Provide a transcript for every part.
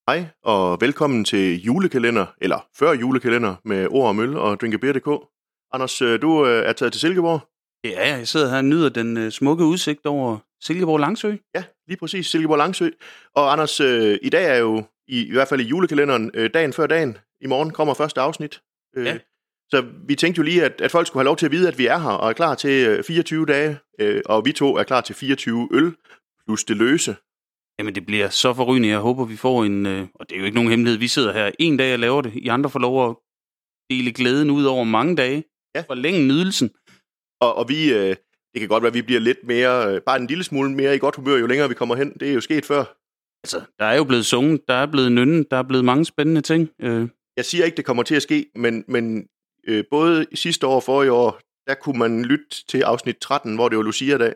Hej og velkommen til julekalender, eller før julekalender med Ord og Øl og Drinkabeer.dk. Anders, du er taget til Silkeborg? Ja, jeg sidder her og nyder den smukke udsigt over Silkeborg Langsø. Ja, lige præcis, Silkeborg Langsø. Og Anders, i dag er jo, i hvert fald i julekalenderen, dagen før dagen. I morgen kommer første afsnit. Ja. Så vi tænkte jo lige, at folk skulle have lov til at vide, at vi er her og er klar til 24 dage. Og vi to er klar til 24 øl plus det løse. Jamen, det bliver så forrygende. Jeg håber, vi får en... og det er jo ikke nogen hemmelighed. Vi sidder her en dag og laver det. I andre får lov at dele glæden ud over mange dage. Ja. Forlænge nydelsen. Og vi... det kan godt være, at vi bliver lidt mere... bare en lille smule mere i godt humør, jo længere vi kommer hen. Det er jo sket før. Altså, der er jo blevet sunget, der er blevet nynnet, der er blevet mange spændende ting. Jeg siger ikke, det kommer til at ske, men både sidste år og forrige år, der kunne man lytte til afsnit 13, hvor det var Lucia-dag.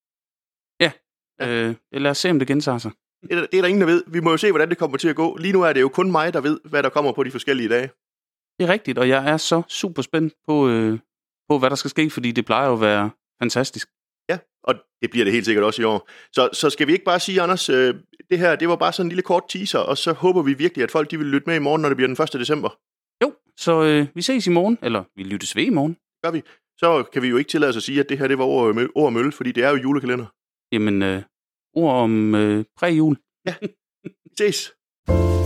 Lad os se, om det gentager sig. Det er der ingen, der ved. Vi må jo se, hvordan det kommer til at gå. Lige nu er det jo kun mig, der ved, hvad der kommer på de forskellige dage. Det er rigtigt, og jeg er så super spændt på hvad der skal ske, fordi det plejer jo at være fantastisk. Ja, og det bliver det helt sikkert også i år. Så skal vi ikke bare sige, Anders, det her, det var bare sådan en lille kort teaser, og så håber vi virkelig, at folk de vil lytte med i morgen, når det bliver den 1. december. Jo, så vi ses i morgen, eller vi lyttes ved i morgen. Gør vi. Så kan vi jo ikke tillade os at sige, at det her det var ord og møl, fordi det er jo julekalender. Jamen, ord om præjul. Ja, ses.